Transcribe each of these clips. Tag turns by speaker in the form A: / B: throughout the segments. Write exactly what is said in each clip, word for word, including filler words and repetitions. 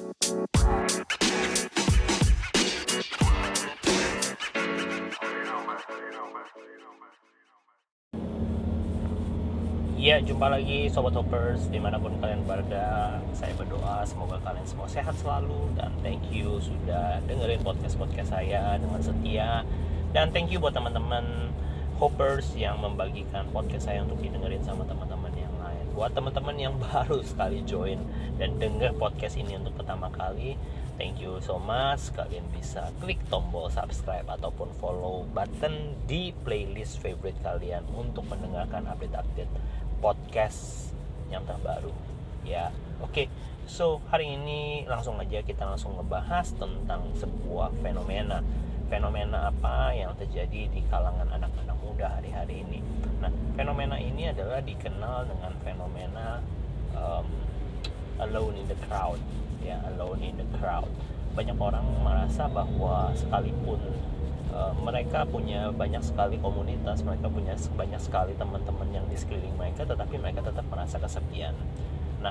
A: Ya, jumpa lagi Sobat Hoppers dimanapun kalian berada. Saya berdoa semoga kalian semua sehat selalu. Dan thank you sudah dengerin podcast-podcast saya dengan setia. Dan thank you buat teman-teman Hoppers yang membagikan podcast saya untuk didengerin sama teman-teman yang lain. Buat teman-teman yang baru sekali join dan denger podcast ini untuk pertama kali, thank you so much. Kalian bisa klik tombol subscribe ataupun follow button di playlist favorite kalian untuk mendengarkan update-update podcast yang terbaru. Ya, oke. Okay. So, hari ini langsung aja kita langsung ngebahas tentang sebuah fenomena. Fenomena apa yang terjadi di kalangan anak-anak muda hari-hari ini. Nah, fenomena ini adalah dikenal dengan fenomena um, alone in the crowd. Ya, alone in the crowd. Banyak orang merasa bahwa sekalipun uh, mereka punya banyak sekali komunitas, mereka punya banyak sekali teman-teman yang di sekeliling mereka, tetapi mereka tetap merasa kesepian. Nah,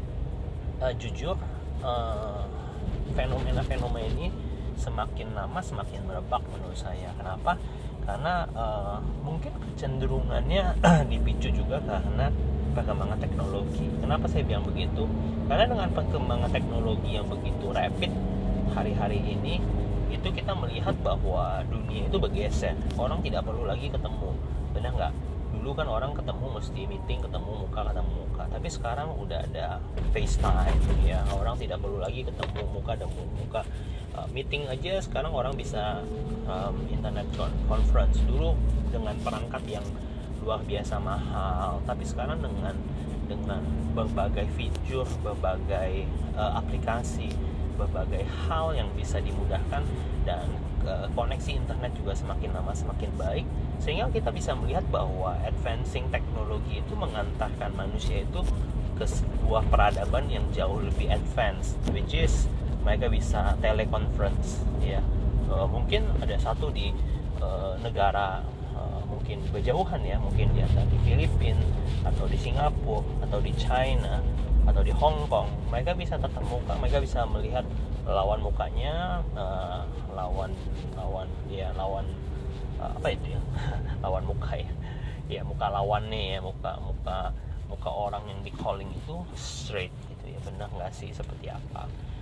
A: uh, jujur uh, fenomena-fenomena ini semakin lama semakin merebak menurut saya. Kenapa? Karena uh, mungkin kecenderungannya dipicu juga karena perkembangan teknologi. Kenapa saya bilang begitu? Karena dengan perkembangan teknologi yang begitu rapid hari-hari ini, itu kita melihat bahwa dunia itu bergeser. Orang tidak perlu lagi ketemu. Benar nggak? Dulu kan orang ketemu mesti meeting, ketemu muka ketemu muka. Tapi sekarang udah ada FaceTime, ya. Orang tidak perlu lagi ketemu muka dan muka. Uh, meeting aja sekarang orang bisa um, internet conference. Dulu dengan perangkat yang luar biasa mahal, tapi sekarang dengan dengan berbagai fitur, berbagai uh, aplikasi, berbagai hal yang bisa dimudahkan, dan uh, koneksi internet juga semakin lama semakin baik, sehingga kita bisa melihat bahwa advancing teknologi itu mengantarkan manusia itu ke sebuah peradaban yang jauh lebih advance, which is mereka bisa teleconference, ya. Uh, mungkin ada satu di uh, negara uh, mungkin berjauhan, ya, mungkin di antara di Filipina atau di Singapura atau di China atau di Hong Kong, mereka bisa tatap muka, mereka bisa melihat lawan mukanya, uh, lawan lawan ya lawan uh, apa itu ya lawan muka, ya ya muka lawannya, ya muka muka muka orang yang di calling itu straight gitu, ya. Benar nggak sih seperti apa?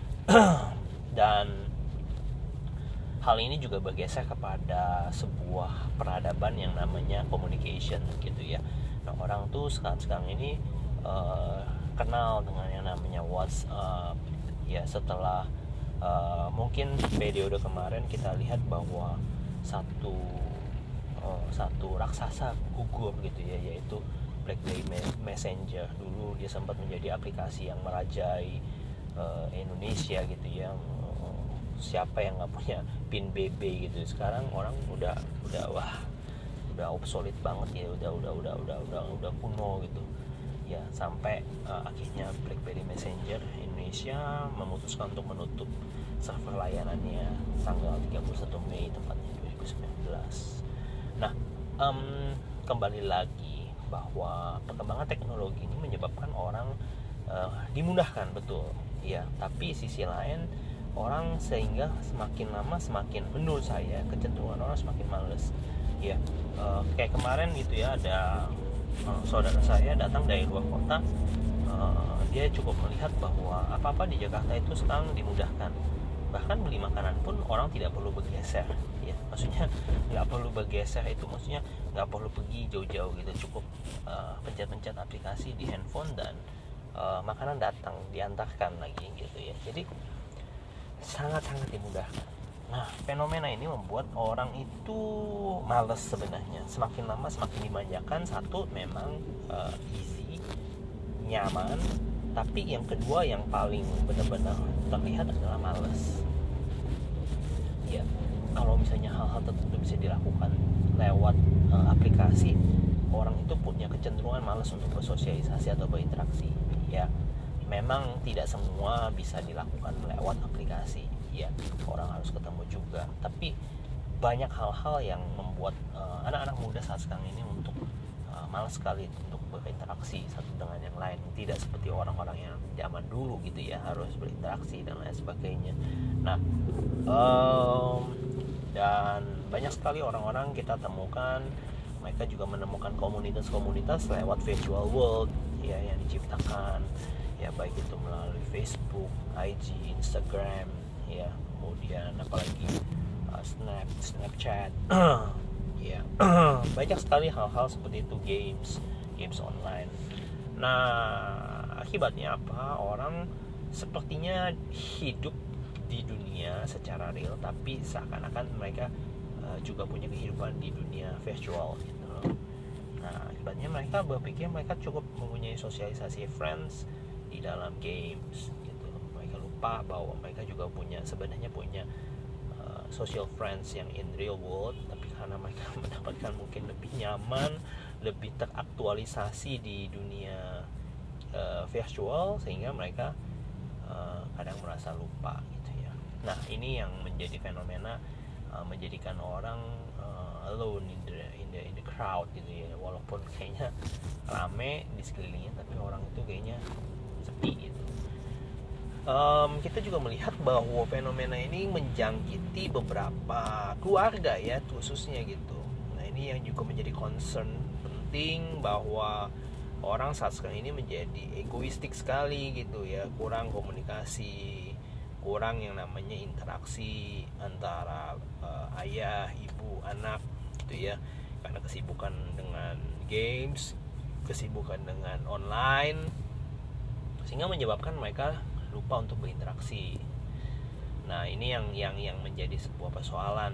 A: Dan hal ini juga bergeser kepada sebuah peradaban yang namanya communication gitu, ya. Nah, orang tuh sekarang-sekarang ini uh, kenal dengan yang namanya WhatsApp, ya. Setelah uh, mungkin periode kemarin kita lihat bahwa satu uh, satu raksasa gugur gitu, ya, yaitu BlackBerry Messenger. Dulu dia sempat menjadi aplikasi yang merajai uh, Indonesia gitu, ya. Uh, siapa yang nggak punya pin B B gitu? Sekarang orang udah udah wah udah obsolete banget, ya. Udah udah udah udah udah udah kuno gitu, ya. Sampai uh, akhirnya BlackBerry Messenger Indonesia memutuskan untuk menutup server layanannya tanggal tiga puluh satu Mei tepatnya dua ribu sembilan belas. Nah, um, kembali lagi bahwa perkembangan teknologi ini menyebabkan orang uh, dimudahkan, betul, ya. Tapi sisi lain, orang sehingga semakin lama semakin, menurut saya, kecenderungan orang semakin males, ya. Uh, kayak kemarin gitu, ya, ada uh, saudara saya datang dari luar kota. Uh, dia cukup melihat bahwa apa-apa di Jakarta itu sekarang dimudahkan. Bahkan beli makanan pun orang tidak perlu bergeser, ya. Maksudnya nggak perlu bergeser itu maksudnya nggak perlu pergi jauh-jauh gitu, cukup uh, pencet-pencet aplikasi di handphone dan uh, makanan datang, diantarkan lagi gitu, ya. Jadi sangat-sangat dimudahkan. Nah, fenomena ini membuat orang itu males sebenarnya. Semakin lama semakin dimanjakan. Satu, memang uh, easy, nyaman. Tapi yang kedua yang paling benar-benar terlihat adalah males. Ya, kalau misalnya hal-hal tertentu bisa dilakukan lewat uh, aplikasi, orang itu punya kecenderungan malas untuk bersosialisasi atau berinteraksi, ya. Memang tidak semua bisa dilakukan lewat aplikasi, ya. Orang harus ketemu juga. Tapi banyak hal-hal yang membuat uh, anak-anak muda saat sekarang ini untuk uh, malas sekali untuk berinteraksi satu dengan yang lain, tidak seperti orang-orang yang zaman dulu gitu ya, harus berinteraksi dan lain sebagainya. Nah um, dan banyak sekali orang-orang kita temukan mereka juga menemukan komunitas-komunitas lewat virtual world ya yang diciptakan ya, baik itu melalui Facebook, I G, Instagram ya, kemudian apalagi uh, Snap, Snapchat ya banyak sekali hal-hal seperti itu, games, games online. Nah akibatnya apa? Orang sepertinya hidup di dunia secara real, tapi seakan-akan mereka uh, juga punya kehidupan di dunia virtual gitu. Nah akibatnya mereka berpikir mereka cukup mempunyai sosialisasi friends di dalam games gitu. Mereka lupa bahwa mereka juga punya sebenarnya punya uh, social friends yang in real world, tapi karena mereka mendapatkan mungkin lebih nyaman, lebih teraktualisasi di dunia uh, virtual, sehingga mereka uh, kadang merasa lupa gitu ya. Nah ini yang menjadi fenomena uh, menjadikan orang uh, alone in the in the in the crowd gitu ya, walaupun kayaknya rame di sekelilingnya, tapi orang itu kayaknya sepi gitu. Um, kita juga melihat bahwa fenomena ini menjangkiti beberapa keluarga ya khususnya gitu. Nah ini yang juga menjadi concern penting, bahwa orang saat sekarang ini menjadi egoistik sekali gitu ya, kurang komunikasi, kurang yang namanya interaksi antara uh, ayah, ibu, anak gitu ya, karena kesibukan dengan games, kesibukan dengan online, sehingga menyebabkan mereka lupa untuk berinteraksi. Nah ini yang yang yang menjadi sebuah persoalan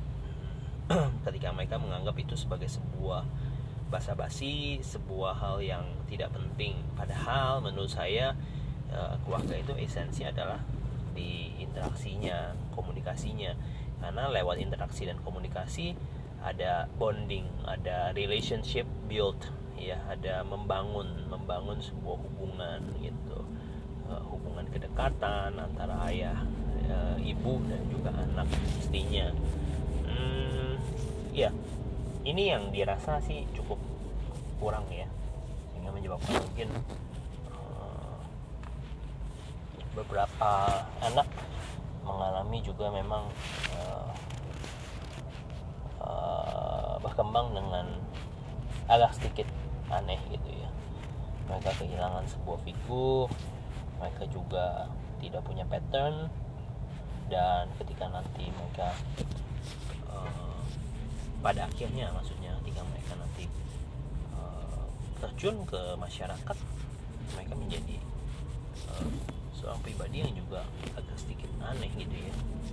A: ketika mereka menganggap itu sebagai sebuah basa-basi, sebuah hal yang tidak penting. Padahal menurut saya keluarga itu esensi adalah di interaksinya, komunikasinya, karena lewat interaksi dan komunikasi ada bonding, ada relationship build ya, ada membangun membangun sebuah hubungan gitu, uh, hubungan kedekatan antara ayah, uh, ibu dan juga anak pastinya. Hmm, ya ini yang dirasa sih cukup kurang ya, sehingga menyebabkan mungkin uh, beberapa anak mengalami juga memang uh, uh, berkembang dengan agak sedikit aneh gitu ya. Mereka kehilangan sebuah figur, mereka juga tidak punya pattern, dan ketika nanti mereka uh, pada akhirnya maksudnya ketika mereka nanti uh, terjun ke masyarakat, mereka menjadi uh, seorang pribadi yang juga agak sedikit aneh gitu ya.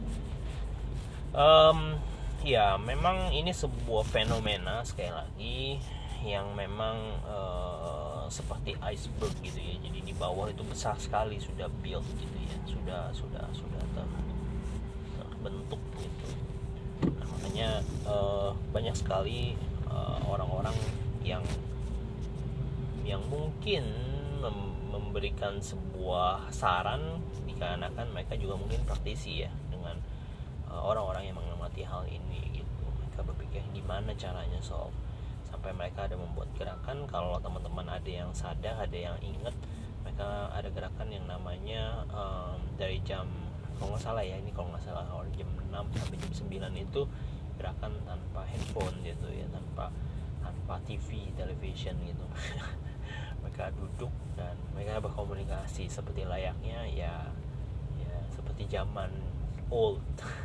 A: Um, ya memang ini sebuah fenomena sekali lagi yang memang uh, seperti iceberg gitu ya. Jadi di bawah itu besar sekali sudah build gitu ya, sudah sudah sudah ter, terbentuk gitu. Nah, makanya uh, banyak sekali uh, orang-orang yang yang mungkin mem- memberikan sebuah saran dikarenakan mereka juga mungkin praktisi ya dengan uh, orang-orang yang mengamati hal ini gitu. Mereka berpikir gimana caranya solve, sampai mereka ada membuat gerakan. Kalau teman-teman ada yang sadar, ada yang ingat, mereka ada gerakan yang namanya um, dari jam, kalau nggak salah ya, ini kalau nggak salah jam enam sampai jam sembilan itu gerakan tanpa handphone gitu ya, tanpa tanpa T V, television gitu. Mereka duduk dan mereka berkomunikasi seperti layaknya ya ya seperti zaman old.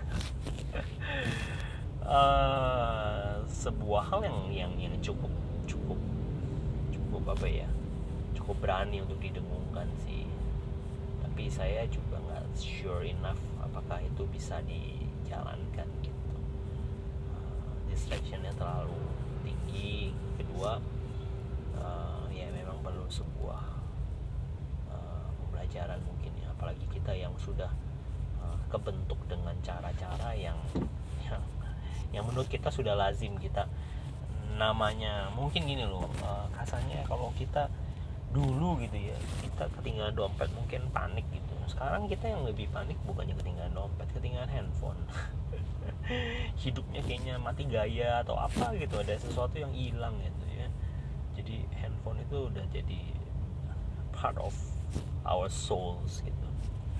A: Uh, sebuah hal yang yang yang cukup cukup cukup apa ya, cukup berani untuk didengungkan sih. Tapi saya juga nggak sure enough apakah itu bisa dijalankan gitu. Uh, distractionnya terlalu tinggi. Kedua, uh, ya memang perlu sebuah uh, pembelajaran mungkin ya, apalagi kita yang sudah uh, kebentuk dengan cara-cara yang yang yang menurut kita sudah lazim kita, namanya mungkin gini loh, uh, kasarnya kalau kita dulu gitu ya, kita ketinggalan dompet mungkin panik gitu. Sekarang kita yang lebih panik bukannya ketinggalan dompet, ketinggalan handphone. Hidupnya kayaknya mati gaya atau apa gitu, ada sesuatu yang hilang gitu ya. Jadi handphone itu udah jadi part of our souls gitu.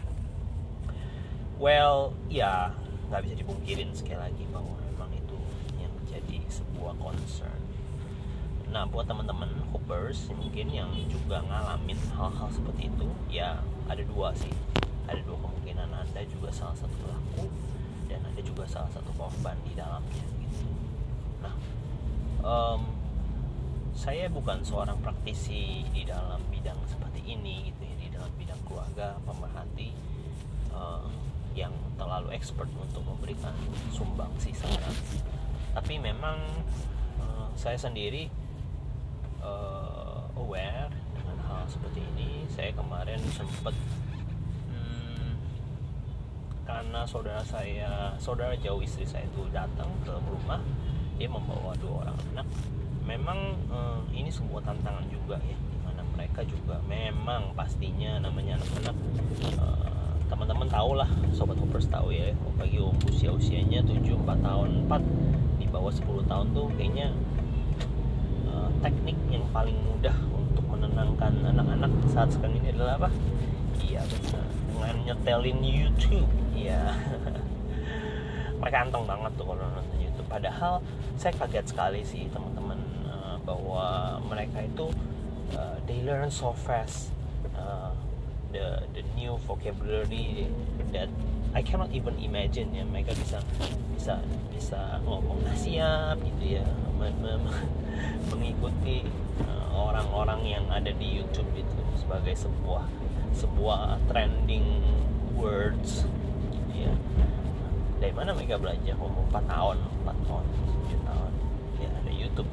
A: Well, ya nggak bisa dipungkirin sekali lagi bahwa memang itu yang menjadi sebuah concern. Nah, buat teman-teman hoppers mungkin yang juga ngalamin hal-hal seperti itu, ya ada dua sih. Ada dua kemungkinan, Anda juga salah satu pelaku dan ada juga salah satu korban di dalamnya gitu. Nah, um, saya bukan seorang praktisi di dalam bidang seperti ini gitu ya, di dalam bidang keluarga, pemerhati uh, yang terlalu expert untuk memberikan sumbangsi saran. Tapi memang uh, saya sendiri uh, aware dengan hal seperti ini. Saya kemarin sempat hmm, karena saudara saya, saudara jauh istri saya itu datang ke rumah, dia membawa dua orang anak. Memang uh, ini sebuah tantangan juga ya, dimana mereka juga memang pastinya namanya anak-anak. Uh, teman-teman tahu lah, sobat hoppers tahu ya, bagi usia-usianya tujuh, empat tahun, empat di bawah sepuluh tahun tuh kayaknya uh, teknik yang paling mudah untuk menenangkan anak-anak saat sekarang ini adalah apa? Iya benar, dengan nyetelin YouTube. Iya. Mereka anteng banget tuh kalau nonton YouTube. Padahal saya kaget sekali sih teman-teman uh, bahwa mereka itu uh, they learn so fast. Uh, the the new vocabulary that I cannot even imagine ya, mereka bisa bisa bisa ngomong siap gitu ya, mengikuti uh, orang-orang yang ada di YouTube itu sebagai sebuah sebuah trending words gitu ya. Dari mana mereka belajar ngomong empat tahun, empat tahun, tujuh tahun ya, ada YouTube.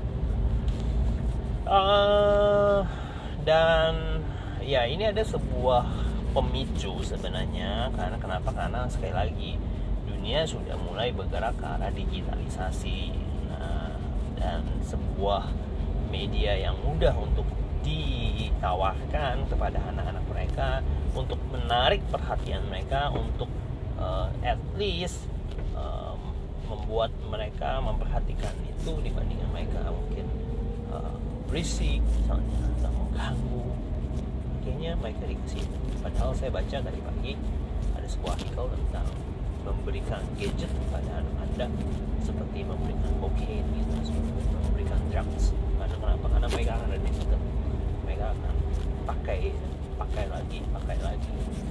A: Uh, dan ya ini ada sebuah pemicu sebenarnya, karena kenapa? Karena sekali lagi dunia sudah mulai bergerak ke arah digitalisasi. Nah, dan sebuah media yang mudah untuk ditawarkan kepada anak-anak mereka untuk menarik perhatian mereka, untuk uh, at least uh, membuat mereka memperhatikan itu dibandingkan mereka mungkin uh, berisik misalnya atau mengganggu. Kayaknya mereka dikasih itu. Padahal saya baca tadi pagi ada sebuah artikel tentang memberikan gadget kepada anak Anda seperti memberikan cocaine gitu, memberikan drugs. Karena kenapa? Karena mereka akan ada addicted. Mereka akan pakai pakai lagi, pakai lagi.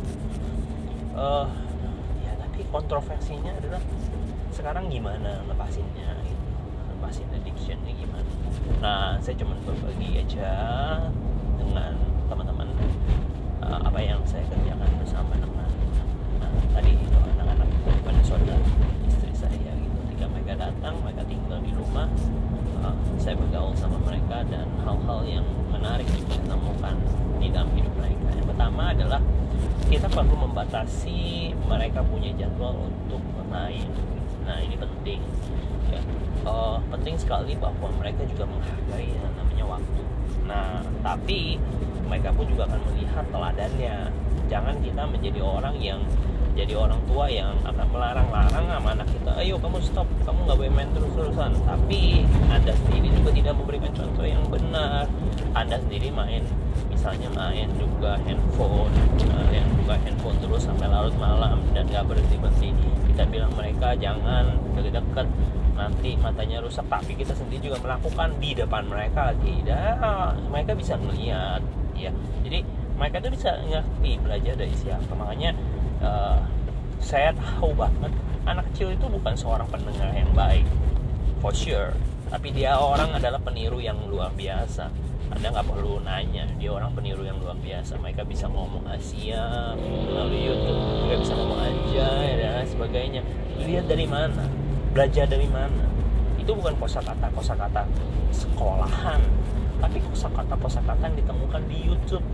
A: Uh, ya tapi kontroversinya adalah sekarang gimana lepasinnya gitu. Lepasin addictionnya gimana? Nah, saya cuma berbagi aja dengan teman-teman uh, apa yang saya kerjakan bersama dengan nah, tadi itu anak-anak pada saudara istri saya gitu. Ketika mereka datang, mereka tinggal di rumah, uh, saya bergaul sama mereka dan hal-hal yang menarik yang saya temukan di dalam hidup mereka. Yang pertama adalah kita perlu membatasi mereka punya jadwal untuk bermain. Nah ini penting ya. Uh, penting sekali bahwa mereka juga menghargai yang namanya waktu. Nah tapi mereka pun juga akan melihat teladannya. Jangan kita menjadi orang yang jadi orang tua yang akan melarang-larang sama anak kita, ayo kamu stop, kamu nggak boleh main terus-terusan. Tapi Anda sendiri juga tidak memberikan contoh yang benar. Anda sendiri main, misalnya main juga handphone, uh, yang buka handphone terus sampai larut malam dan nggak berhenti-berhenti. Kita bilang mereka jangan deket-deket, nanti matanya rusak, tapi kita sendiri juga melakukan di depan mereka lagi. Dan mereka bisa melihat ya, jadi mereka tuh bisa ngerti, belajar dari siapa. Makanya uh, saya tahu banget anak kecil itu bukan seorang pendengar yang baik for sure, tapi dia orang adalah peniru yang luar biasa. Anda nggak perlu nanya, dia orang peniru yang luar biasa. Mereka bisa ngomong Asia melalui YouTube, mereka bisa ngomong aja dan sebagainya. Lihat dari mana, belajar dari mana. Itu bukan kosakata kosakata sekolahan, tapi kosakata kosakata yang ditemukan di YouTube.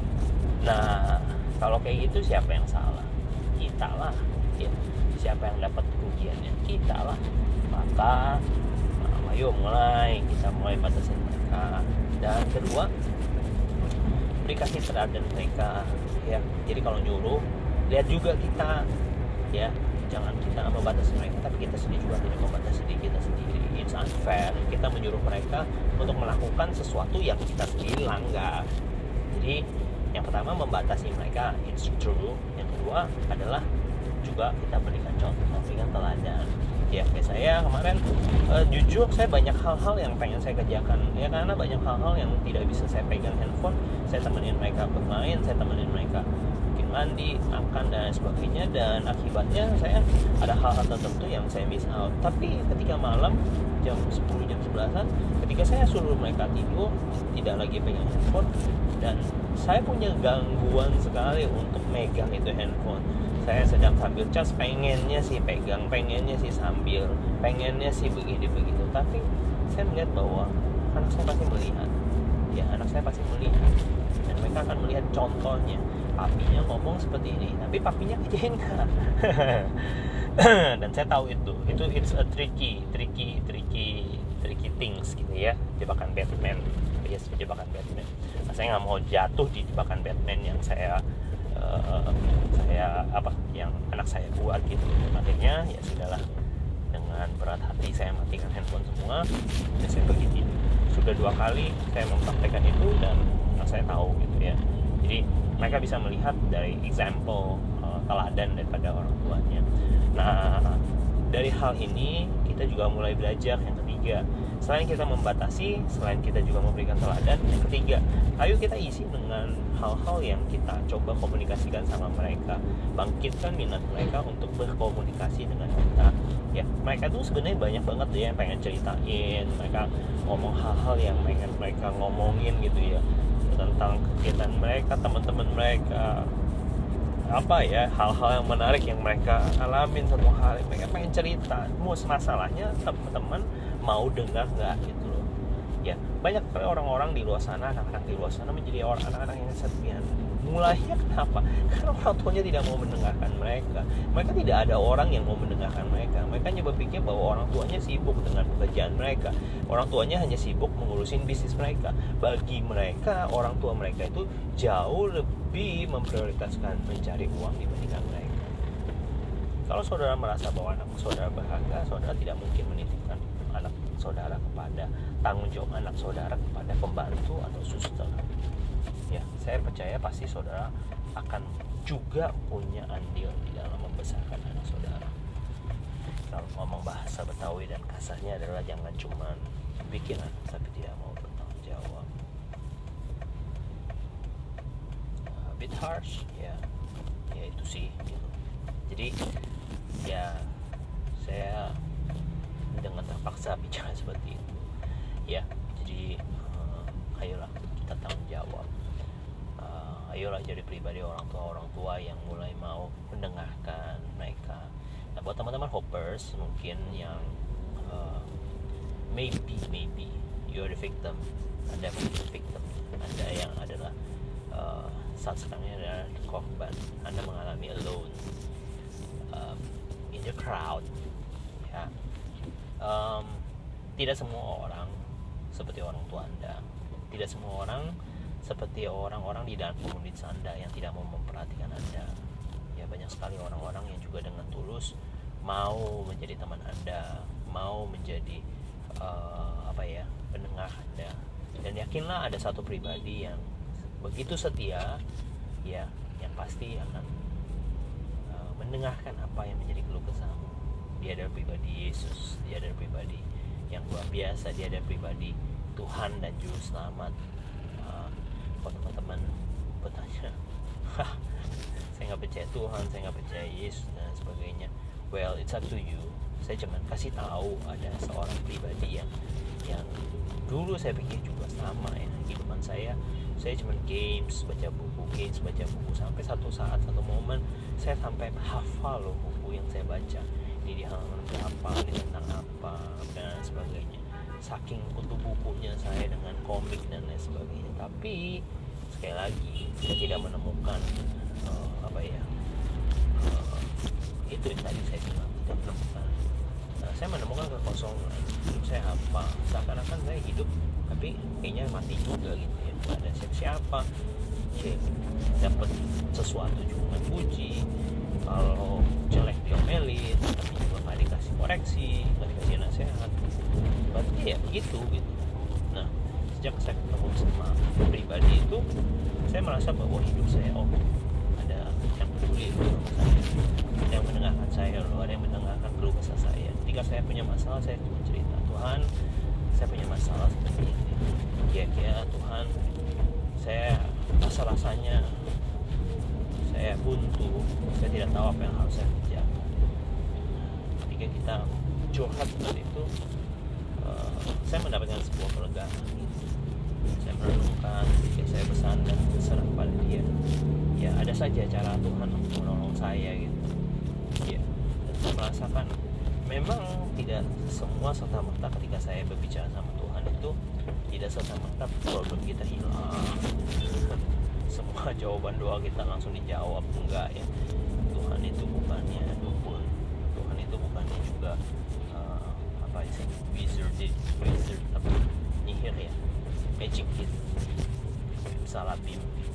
A: Nah kalau kayak gitu siapa yang salah? Kita lah ya. Siapa yang dapat kerugiannya? Kita lah. Maka nah, ayo mulai kita mulai batasin mereka. Dan kedua, beri kasih teladan mereka ya. Jadi kalau nyuruh, lihat juga kita ya, jangan kita membatasi mereka, tapi kita sendiri juga tidak membatasi diri kita sendiri. It's unfair kita menyuruh mereka untuk melakukan sesuatu yang kita sendiri langgar. Jadi yang pertama membatasi mereka, it's true. Yang kedua adalah juga kita berikan contoh, berikan teladan. Ya kayak saya kemarin uh, jujur saya banyak hal-hal yang pengen saya kerjakan ya, karena banyak hal-hal yang tidak bisa saya pegang handphone. Saya temenin mereka bermain, saya temenin mereka mungkin mandi, makan dan sebagainya, dan akibatnya saya ada hal-hal tertentu yang saya miss out. Tapi ketika malam jam sepuluh, jam sebelasan, ketika saya suruh mereka tidur, tidak lagi pegang handphone, dan saya punya gangguan sekali untuk megang itu handphone. Saya sedang sambil cas, pengennya sih pegang, pengennya sih sambil, pengennya sih begini-begitu. Tapi saya melihat bahwa anak saya pasti melihat, ya anak saya pasti melihat, dan mereka akan melihat contohnya. Papinya ngomong seperti ini, tapi papinya kerjain nggak? Dan saya tahu itu, itu it's a tricky, tricky, tricky, tricky things gitu ya, jebakan Batman, yes, jebakan Batman. Nah, saya nggak mau jatuh di jebakan Batman yang saya Uh, saya apa yang anak saya buat gitu. Akhirnya ya sudahlah, dengan berat hati saya matikan handphone semua, dan saya pergi tidur. Sudah dua kali saya mempraktekkan itu dan anak saya tahu gitu ya. Jadi mereka bisa melihat dari example uh, teladan daripada orang tuanya. Nah, dari hal ini kita juga mulai belajar yang ketiga. Selain kita membatasi, selain kita juga memberikan teladan, yang ketiga, ayo kita isi dengan hal-hal yang kita coba komunikasikan sama mereka, bangkitkan minat mereka untuk berkomunikasi dengan kita. Ya, mereka tuh sebenarnya banyak banget ya yang pengen ceritain, mereka ngomong hal-hal yang pengen mereka ngomongin gitu ya, tentang kegiatan mereka, teman-teman mereka, apa ya, hal-hal yang menarik yang mereka alamin satu hari, mereka pengen cerita. Mus masalahnya teman-teman mau dengar nggak gitu loh. Ya banyak orang-orang di luar sana, anak-anak di luar sana menjadi orang anak-anak yang sepian. Mulainya kenapa? Karena orang tuanya tidak mau mendengarkan mereka. Mereka tidak ada orang yang mau mendengarkan mereka. Mereka hanya berpikir bahwa orang tuanya sibuk dengan pekerjaan mereka. Orang tuanya hanya sibuk mengurusin bisnis mereka. Bagi mereka, orang tua mereka itu jauh lebih memprioritaskan mencari uang dibandingkan mereka. Kalau saudara merasa bahwa anak saudara berharga, saudara tidak mungkin menitipkan anak saudara kepada tanggung jawab anak saudara kepada pembantu atau suster. Ya, saya percaya pasti saudara akan juga punya andil di dalam membesarkan anak saudara. Kalau ngomong bahasa Betawi dan kasarnya adalah jangan cuma bikin anak tapi tidak mau bertanggung jawab. A bit harsh, ya, ya itu sih. Gitu. Jadi ya saya dengan terpaksa bicara seperti itu. Ya, jadi uh, ayolah kita tanggung jawab. Uh, ayolah jadi pribadi orang tua orang tua yang mulai mau mendengarkan mereka. Nah, buat teman-teman hoppers mungkin yang uh, maybe maybe you're the victim, anda menjadi victim, anda yang adalah uh, saat sekarangnya adalah korban, anda mengalami alone uh, in the crowd. Ya, um, tidak semua orang seperti orang tua anda, tidak semua orang seperti orang-orang di dalam komunitas anda yang tidak mau memperhatikan anda. Ya, banyak sekali orang-orang yang juga dengan tulus mau menjadi teman anda, mau menjadi uh, apa ya, pendengar anda. Dan yakinlah ada satu pribadi yang begitu setia, ya, yang pasti akan uh, mendengarkan apa yang menjadi keluh kesahmu. Dia adalah pribadi Yesus, dia adalah pribadi yang luar biasa, dia adalah pribadi Tuhan dan Juru Selamat. Uh, kalau teman-teman bertanya, saya nggak percaya Tuhan, saya nggak percaya Yesus dan sebagainya, well, it's up to you. Saya cuma kasih tahu ada seorang pribadi yang yang dulu saya pikir juga sama ya kehidupan saya. Saya cuma games, baca buku, games, baca buku, sampai satu saat, satu momen saya sampai hafal loh buku yang saya baca. Ini di halaman berapa, ini tentang apa dan sebagainya. Saking kutu bukunya saya dengan komik dan lain sebagainya. Tapi sekali lagi saya tidak menemukan uh, apa ya uh, itu yang tadi saya bilang, tidak menemukan. Nah, saya menemukan kekosongan. Hidup saya hampa, seakan-akan saya hidup tapi kayaknya mati juga gitu ya. Nggak ada siapa-siapa, ya, dapat sesuatu cuma puji, kalau jelek diomelin, itu gitu. Nah, sejak saya ketemu sama pribadi itu, saya merasa bahwa hidup saya, oh ada yang peduli loh sama saya, ada yang mendengarkan saya loh, ada yang mendengarkan keluh kesah saya. Ketika saya punya masalah, saya cuma cerita, Tuhan, saya punya masalah seperti ini. Kira-kira Tuhan, saya rasa-rasanya saya buntu, saya tidak tahu apa yang harus saya kerjakan. Ketika kita curhat seperti itu, uh, saya mendapatkan sebuah kelegaan. Saya merenungkan, ketika saya bersandar berserah pada Dia. Ya, ada saja cara Tuhan untuk menolong saya gitu. Ya, dan saya merasakan memang tidak semua serta-merta ketika saya berbicara sama Tuhan itu tidak serta-merta problem kita hilang. Semua jawaban doa kita langsung dijawab, enggak ya. Tuhan itu bukannya dukun, Tuhan itu bukannya juga uh, apa sih wizard wizard apa nyihir ya, magic gitu, salah bim.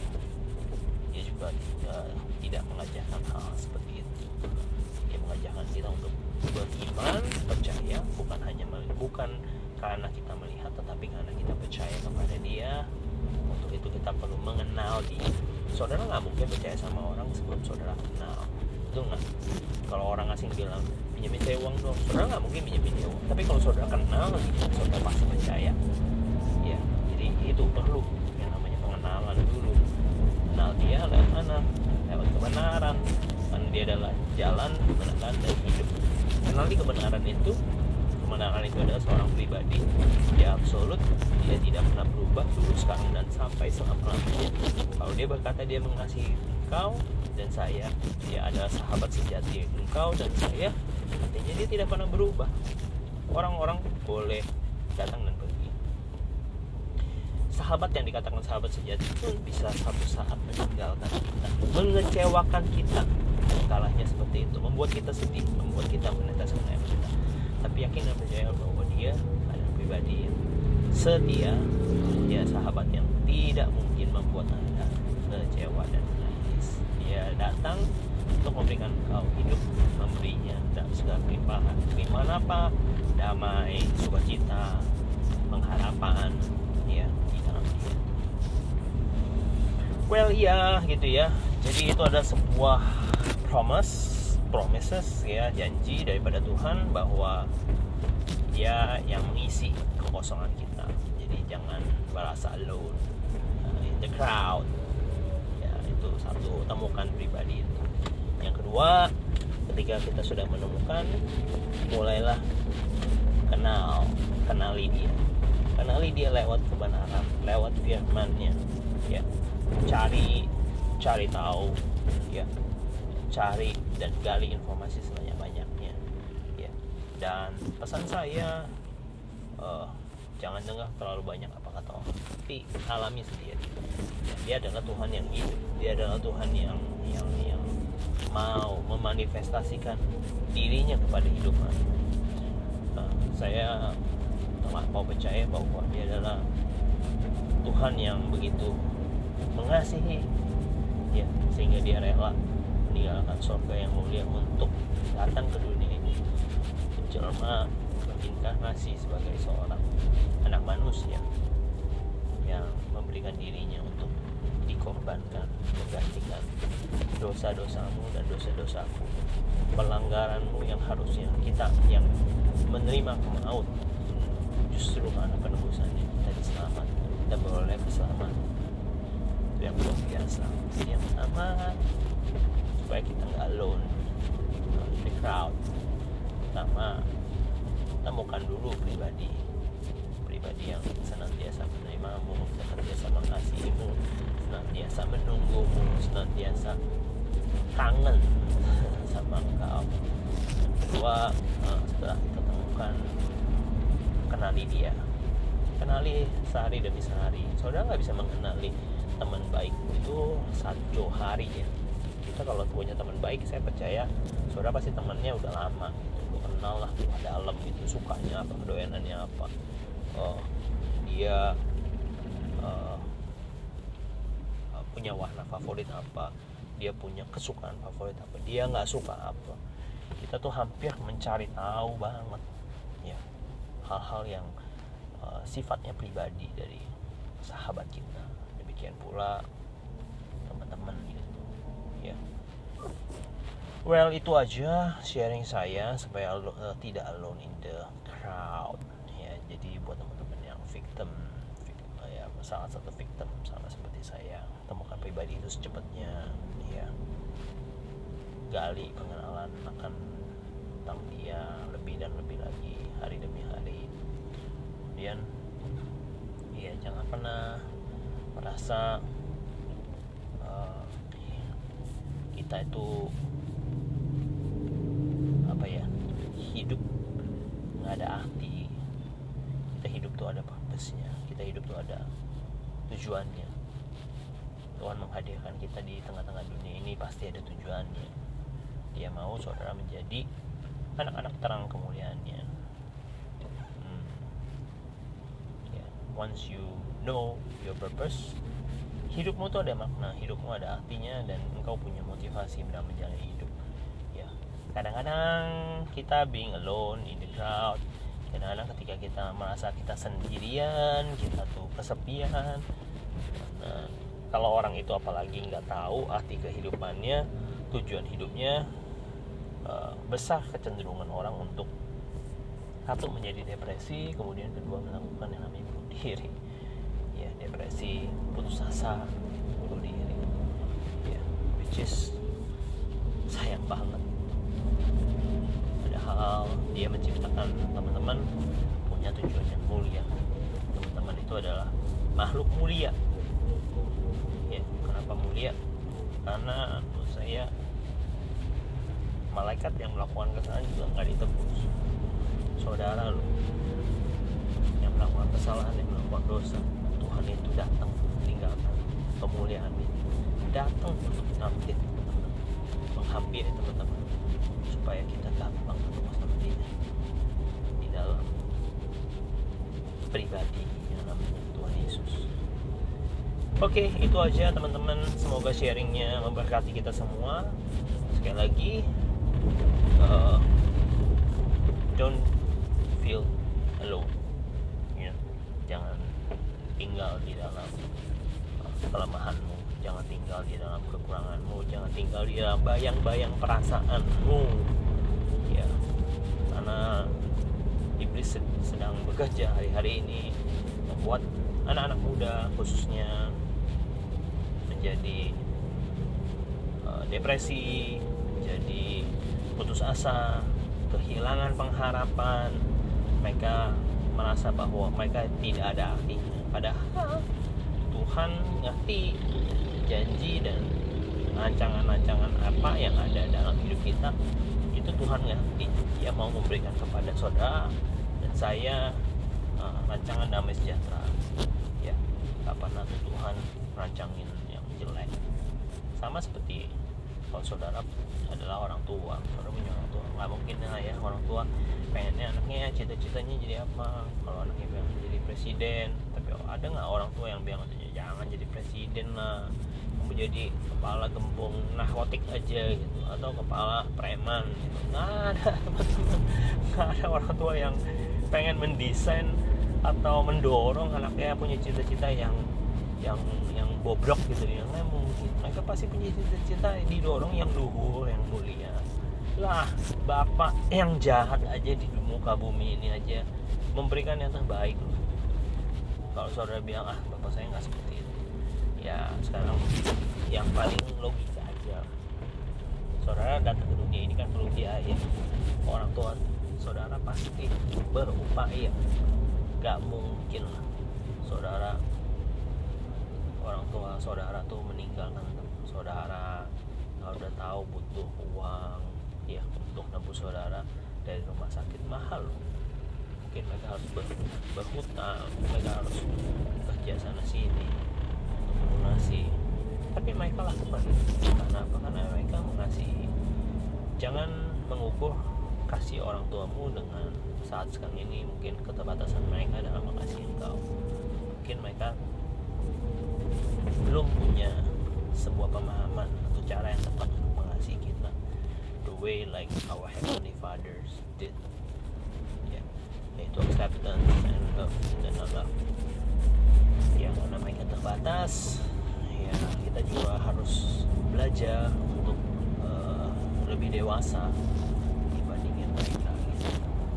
A: Dia juga uh, tidak mengajarkan hal seperti itu. Dia mengajarkan kita untuk beriman, percaya, bukan hanya bukan karena kita melihat, tetapi karena kita percaya kepada Dia. Untuk itu kita perlu mengenal Dia. Saudara nggak mungkin percaya sama orang sebelum saudara kenal, itu nggak? Kalau orang asing bilang pinjemin saya uang dong, saudara nggak mungkin pinjemin dia uang. Tapi kalau saudara kenal Dia, saudara pasti percaya. Ya, jadi itu perlu yang namanya pengenalan dulu. Kenal Dia lewat mana? Lewat kebenaran. Dan Dia adalah jalan, kebenaran, dan hidup. Kenal di kebenaran itu. Kebenaran itu adalah seorang pribadi, dia absolut, dia tidak pernah berubah dulu, sekarang, dan sampai selama-lamanya. Kalau Dia berkata Dia mengasihi engkau dan saya, Dia adalah sahabat sejati engkau dan saya, artinya Dia tidak pernah berubah. Orang-orang boleh datang dan pergi. Sahabat yang dikatakan sahabat sejati pun bisa satu saat meninggalkan kita, mengecewakan kita, kalahnya seperti itu, membuat kita sedih, membuat kita meneteskan air mata. Tapi yakin dan percaya bahwa Dia adalah pribadi yang setia, Dia sahabat yang tidak mungkin membuat Anda kecewa dan menangis. Dia datang untuk memberikan engkau hidup, memberinya dan segala kelimpahan. Kelimpahan apa? Damai, sukacita, pengharapan, ya di dalam Dia. Well ya, gitu ya. Jadi itu ada sebuah promise. promises ya, janji daripada Tuhan bahwa Dia yang mengisi kekosongan kita. Jadi jangan merasa alone in the crowd ya. Itu satu, temukan pribadi itu. Yang kedua, ketika kita sudah menemukan, mulailah kenal kenali Dia kenali Dia lewat kebenaran, lewat firman-Nya ya. Cari cari tahu ya, cari dan gali informasi sebanyak-banyaknya ya. Dan pesan saya, uh, jangan dengar terlalu banyak apa kata orang, tapi alami sendiri ya. Dia adalah Tuhan yang hidup, Dia adalah Tuhan yang yang yang mau memanifestasikan dirinya kepada hidup Anda. uh, saya mau percaya bahwa Dia adalah Tuhan yang begitu mengasihi ya, sehingga Dia rela meninggalkan surga yang mulia untuk datang ke dunia ini, menjelma, berinkarnasi sebagai seorang anak manusia yang memberikan dirinya untuk dikorbankan, menggantikan dosa-dosamu dan dosa-dosaku, pelanggaranmu yang harusnya kita yang menerima ke maut, justru karena penebusannya kita diselamatkan, kita beroleh keselamatan. Itu yang luar biasa. Yang pertama, supaya kita nggak alone in the crowd. Pertama, temukan dulu pribadi pribadi yang senantiasa menerimamu, senantiasa mengasihimu, senantiasa menunggumu, senantiasa kangen sama engkau. Yang kedua, setelah kita temukan, kenali Dia, kenali sehari demi sehari. Saudara nggak bisa mengenali teman baik itu satu hari ya. Kita kalau punya teman baik, saya percaya saudara pasti temannya udah lama gitu, kenal lah dalam gitu, sukanya apa, kedoyanannya apa, oh, dia uh, punya warna favorit apa, dia punya kesukaan favorit apa, dia nggak suka apa. Kita tuh hampir mencari tahu banget ya hal-hal yang uh, sifatnya pribadi dari sahabat kita. Demikian pula teman-teman gitu ya. Well, itu aja sharing saya supaya uh, tidak alone in the crowd ya. Jadi buat teman-teman yang victim, victim ya, salah satu victim sama seperti saya, temukan pribadi itu secepatnya ya. Gali pengenalan akan tentang dia lebih dan lebih lagi hari demi hari. Kemudian ya jangan pernah merasa uh, kita itu apa ya, hidup nggak ada arti. Kita hidup tuh ada purpose-nya, kita hidup tuh ada tujuannya. Tuhan menghadirkan kita di tengah-tengah dunia ini pasti ada tujuannya. Dia mau saudara menjadi anak-anak terang kemuliaannya. hmm. yeah. Once you know your purpose, hidupmu tuh ada makna, hidupmu ada artinya, dan engkau punya motivasi dalam menjalani hidup. Ya, kadang-kadang kita being alone in the crowd, kadang-kadang ketika kita merasa kita sendirian, kita tuh kesepian. Nah, kalau orang itu apalagi nggak tahu arti kehidupannya, tujuan hidupnya, uh, besar kecenderungan orang untuk satu menjadi depresi, kemudian kedua melakukan yang namanya bunuh diri. Ya, depresi, putus asa, bunuh diri. Ya, which is sayang banget. Padahal dia menciptakan teman-teman punya tujuan yang mulia. Teman-teman itu adalah makhluk mulia. Ya, kenapa mulia? Karena menurut saya malaikat yang melakukan kesalahan juga nggak ditebus. Saudara lo yang melakukan kesalahan, yang melakukan dosa, Tuhan itu datang meninggalkan kemuliaan itu, datang untuk tampil teman-teman, menghampiri teman-teman supaya kita gampang ketemu sama dia di dalam pribadi yang namanya Tuhan Yesus. Oke, itu aja teman-teman. Semoga sharingnya memberkati kita semua. Sekali lagi, uh, don't feel alone. Ya, jangan tinggal di dalam uh, kelemahanmu, jangan tinggal di dalam kekuranganmu, jangan tinggal di dalam bayang-bayang perasaanmu. Ya, karena iblis sedang bekerja hari-hari ini membuat anak-anak muda khususnya menjadi uh, depresi, jadi putus asa, kehilangan pengharapan. Mereka merasa bahwa mereka tidak ada artinya. Padahal Tuhan ngerti janji dan rancangan-rancangan apa yang ada dalam hidup kita. Itu Tuhan ngerti. Dia mau memberikan kepada saudara dan saya uh, rancangan damai sejahtera. Ya, gak pernah tuh Tuhan rancangin yang jelek. Sama seperti kalau saudara adalah orang tua, saudara punya orang tua, nggak mungkin lah ya orang tua pengennya anaknya cita-citanya jadi apa. Kalau anaknya pengen jadi presiden, tapi ada nggak orang tua yang bilang jangan jadi presiden lah, kamu jadi kepala gembong narkotik aja gitu, atau kepala preman gitu. Nggak ada teman-teman, nggak ada orang tua yang pengen mendesain atau mendorong anaknya punya cita-cita yang yang yang bobrok gitu, yang nggak mungkin. Mereka pasti punya cita-cita didorong yang luhur, yang mulia. Lah, bapak yang jahat aja di muka bumi ini aja memberikan yang terbaik loh. Kalau saudara bilang ah bapak saya nggak seperti itu, ya sekarang yang paling logika aja, saudara datang ke dunia ini kan perlu biaya. Orang tua saudara pasti berupaya, nggak mungkin lah saudara orang tua saudara tuh meninggalkan saudara kalau udah tahu butuh uang ya untuk nebus saudara dari rumah sakit mahal. Mungkin mereka harus ber, berhutang, mereka harus kerja sana sini untuk melunasi, tapi mereka lakukan itu. Karena apa? Karena mereka mengasihi. Jangan mengukur kasih orang tuamu dengan saat sekarang ini mungkin keterbatasan mereka dalam mengasihi engkau. Mungkin mereka belum punya sebuah pemahaman atau cara yang tepat untuk mengasihi kita the way like our heavenly fathers did. Ya, yaitu to acceptance and love dan love. Yang namanya terbatas, ya kita juga harus belajar untuk uh, lebih dewasa dibandingin mereka gitu.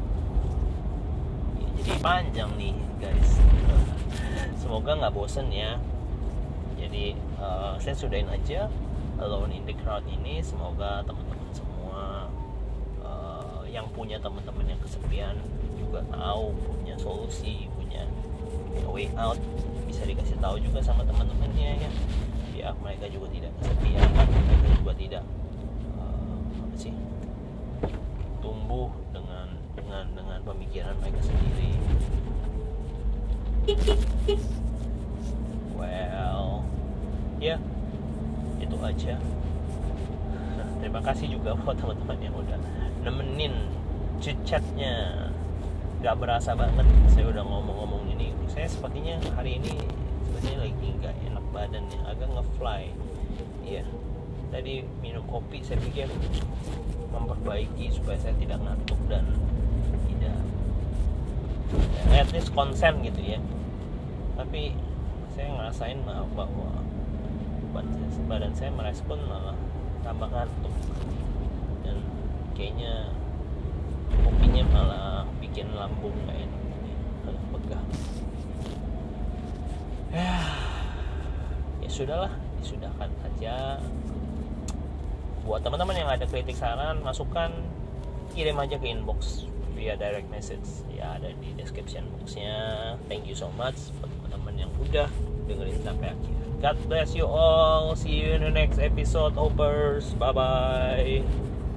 A: Ya, jadi panjang nih guys, semoga nggak bosen ya. Jadi uh, saya sudahin aja Alone in the Crowd ini. Semoga teman-teman semua uh, yang punya teman-teman yang kesepian juga tahu punya solusi, punya, punya way out, bisa dikasih tahu juga sama teman-temannya ya, biar mereka juga tidak kesepian, mereka juga tidak uh, apa sih tumbuh dengan dengan dengan pemikiran mereka sendiri. Well, ya itu aja. Nah, terima kasih juga buat teman-teman yang udah nemenin chit-chatnya. Gak berasa banget saya udah ngomong-ngomong ini. Saya sepertinya hari ini sebenarnya lagi nggak enak badan ya, agak nge-fly. Iya. Tadi minum kopi saya pikir memperbaiki supaya saya tidak ngantuk dan tidak ya, at least konsen gitu ya. Tapi saya ngerasain bahwa badan saya merespon malah tambah ngantuk, dan kayaknya kopinya malah bikin lambung gak enak, harus pegang. Ya, ya sudahlah, disudahkan aja. Buat teman-teman yang ada kritik, saran, masukan, kirim aja ke inbox via direct message ya, ada di description boxnya. Thank you so much buat teman-teman yang udah dengerin sampai akhir. God bless you all. See you in the next episode, Hoppers. Bye bye.